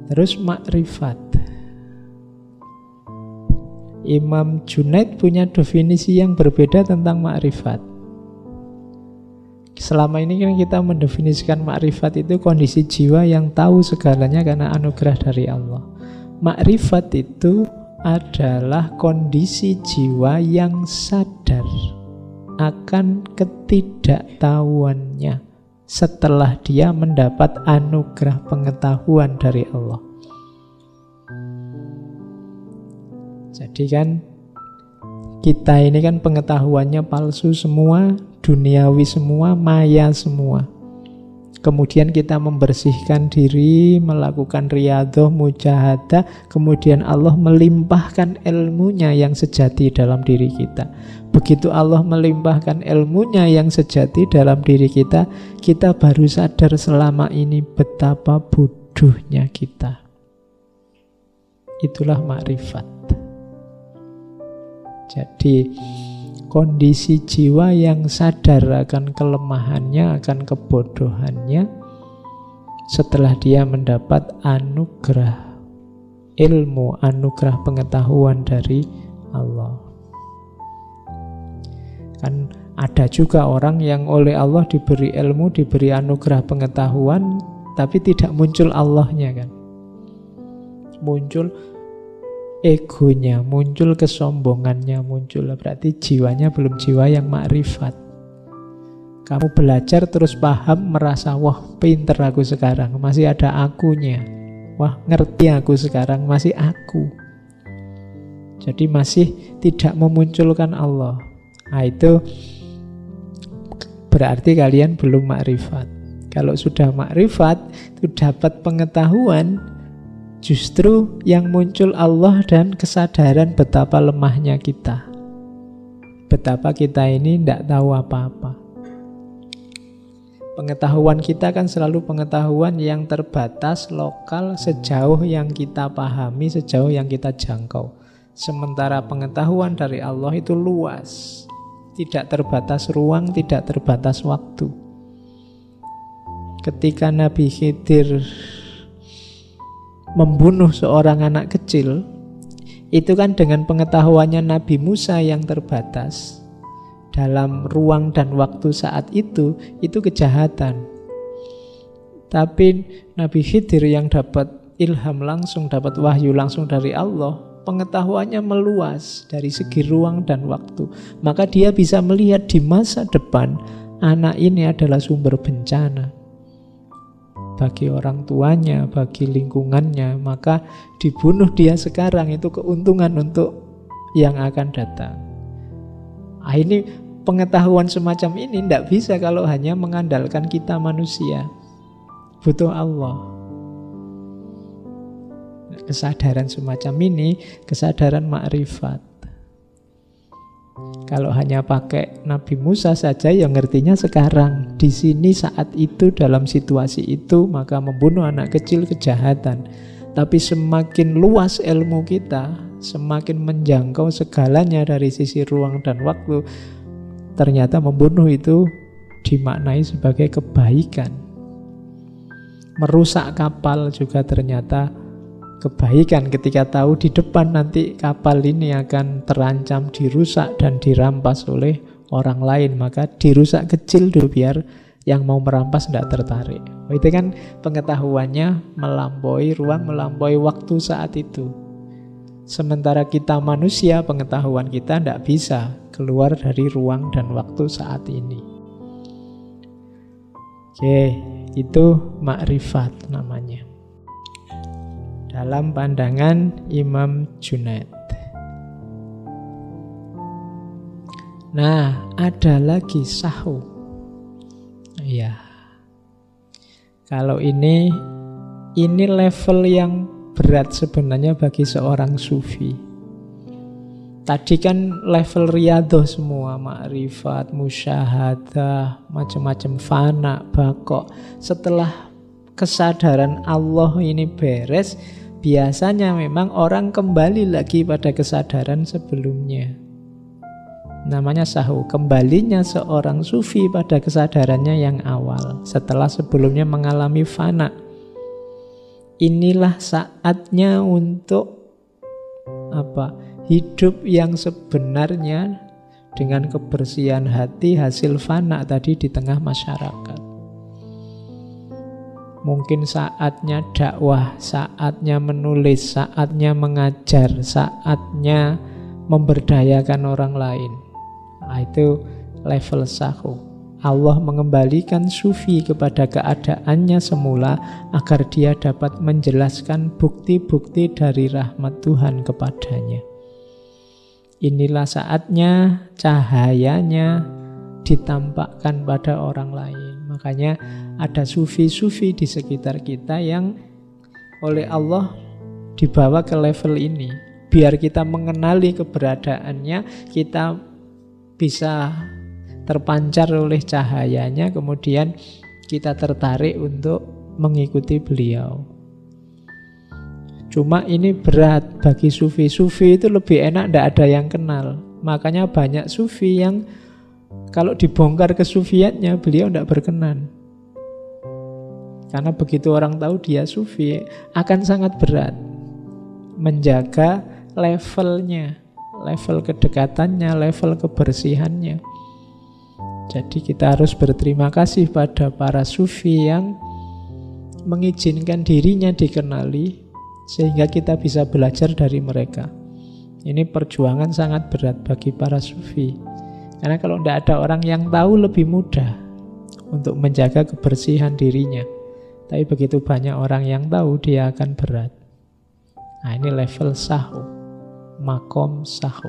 Terus makrifat. Imam Junaid punya definisi yang berbeda tentang makrifat. Selama ini kan kita mendefinisikan makrifat itu kondisi jiwa yang tahu segalanya karena anugerah dari Allah. Makrifat itu adalah kondisi jiwa yang sadar akan ketidaktahuannya setelah dia mendapat anugerah pengetahuan dari Allah. Jadi kan kita ini kan pengetahuannya palsu semua, duniawi semua, maya semua. Kemudian kita membersihkan diri, melakukan riyadhah, mujahadah, kemudian Allah melimpahkan ilmunya yang sejati dalam diri kita. Begitu Allah melimpahkan ilmunya yang sejati dalam diri kita, kita baru sadar selama ini betapa bodohnya kita. Itulah makrifat. Jadi kondisi jiwa yang sadar akan kelemahannya, akan kebodohannya setelah dia mendapat anugerah ilmu, anugerah pengetahuan dari Allah. Kan ada juga orang yang oleh Allah diberi ilmu, diberi anugerah pengetahuan, tapi tidak muncul Allahnya kan. Muncul egonya, muncul kesombongannya, muncul. Berarti jiwanya belum jiwa yang makrifat. Kamu belajar terus paham, merasa wah pinter aku sekarang, masih ada akunya. Wah ngerti aku sekarang, masih aku. Jadi masih tidak memunculkan Allah. Nah itu berarti kalian belum makrifat. Kalau sudah makrifat, itu dapat pengetahuan, justru yang muncul Allah dan kesadaran betapa lemahnya kita. Betapa kita ini tidak tahu apa-apa. Pengetahuan kita kan selalu pengetahuan yang terbatas, lokal, sejauh yang kita pahami, sejauh yang kita jangkau. Sementara pengetahuan dari Allah itu luas. Tidak terbatas ruang, tidak terbatas waktu. Ketika Nabi Khidir membunuh seorang anak kecil, itu kan dengan pengetahuannya Nabi Musa yang terbatas dalam ruang dan waktu saat itu kejahatan. Tapi Nabi Khidir yang dapat ilham langsung, dapat wahyu langsung dari Allah, pengetahuannya meluas dari segi ruang dan waktu. Maka dia bisa melihat di masa depan anak ini adalah sumber bencana bagi orang tuanya, bagi lingkungannya, maka dibunuh dia sekarang itu keuntungan untuk yang akan datang. Nah, ini pengetahuan semacam ini tidak bisa kalau hanya mengandalkan kita manusia. Butuh Allah. Kesadaran semacam ini, kesadaran makrifat. Kalau hanya pakai Nabi Musa saja, yang ngertinya sekarang, di sini, saat itu, dalam situasi itu, maka membunuh anak kecil kejahatan. Tapi semakin luas ilmu kita, semakin menjangkau segalanya dari sisi ruang dan waktu, ternyata membunuh itu dimaknai sebagai kebaikan. Merusak kapal juga ternyata kebaikan ketika tahu di depan nanti kapal ini akan terancam dirusak dan dirampas oleh orang lain, maka dirusak kecil dulu biar yang mau merampas tidak tertarik. Itu kan pengetahuannya melampaui ruang, melampaui waktu saat itu. Sementara kita manusia, pengetahuan kita tidak bisa keluar dari ruang dan waktu saat ini. Oke, itu makrifat namanya dalam pandangan Imam Junaid. Nah, ada lagi sahu. Ya, kalau ini level yang berat sebenarnya bagi seorang sufi. Tadi kan level riyadhah semua, makrifat, musyahadah, macam-macam, fana, baqo. Setelah kesadaran Allah ini beres, biasanya memang orang kembali lagi pada kesadaran sebelumnya. Namanya sahu, kembalinya seorang sufi pada kesadarannya yang awal setelah sebelumnya mengalami fana. inilah saatnya untuk hidup yang sebenarnya dengan kebersihan hati hasil fana tadi di tengah masyarakat. Mungkin saatnya dakwah, saatnya menulis, saatnya mengajar, saatnya memberdayakan orang lain. Itu level sahu. Allah mengembalikan sufi kepada keadaannya semula agar dia dapat menjelaskan bukti-bukti dari rahmat Tuhan kepadanya. Inilah saatnya cahayanya ditampakkan pada orang lain. Makanya ada sufi-sufi di sekitar kita yang oleh Allah dibawa ke level ini. Biar kita mengenali keberadaannya, kita bisa terpancar oleh cahayanya, kemudian kita tertarik untuk mengikuti beliau. Cuma ini berat bagi sufi. Sufi itu lebih enak, tidak ada yang kenal. Makanya banyak sufi yang kalau dibongkar kesufiannya, beliau tidak berkenan. Karena begitu orang tahu dia sufi, akan sangat berat menjaga levelnya, level kedekatannya, level kebersihannya. Jadi kita harus berterima kasih pada para sufi yang mengizinkan dirinya dikenali, sehingga kita bisa belajar dari mereka. Ini perjuangan sangat berat bagi para sufi. Karena kalau tidak ada orang yang tahu, lebih mudah untuk menjaga kebersihan dirinya. Tapi begitu banyak orang yang tahu, dia akan berat. Nah, ini level sahu, makom sahu.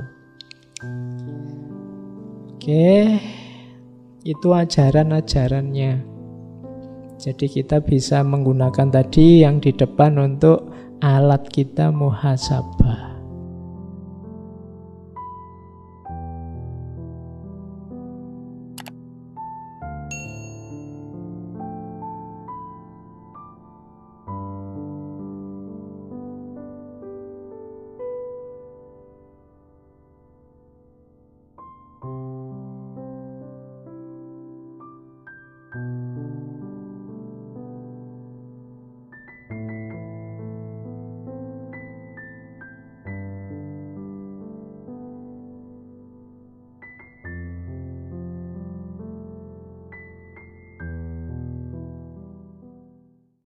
Oke, itu ajaran-ajarannya. Jadi kita bisa menggunakan tadi yang di depan untuk alat kita muhasabah.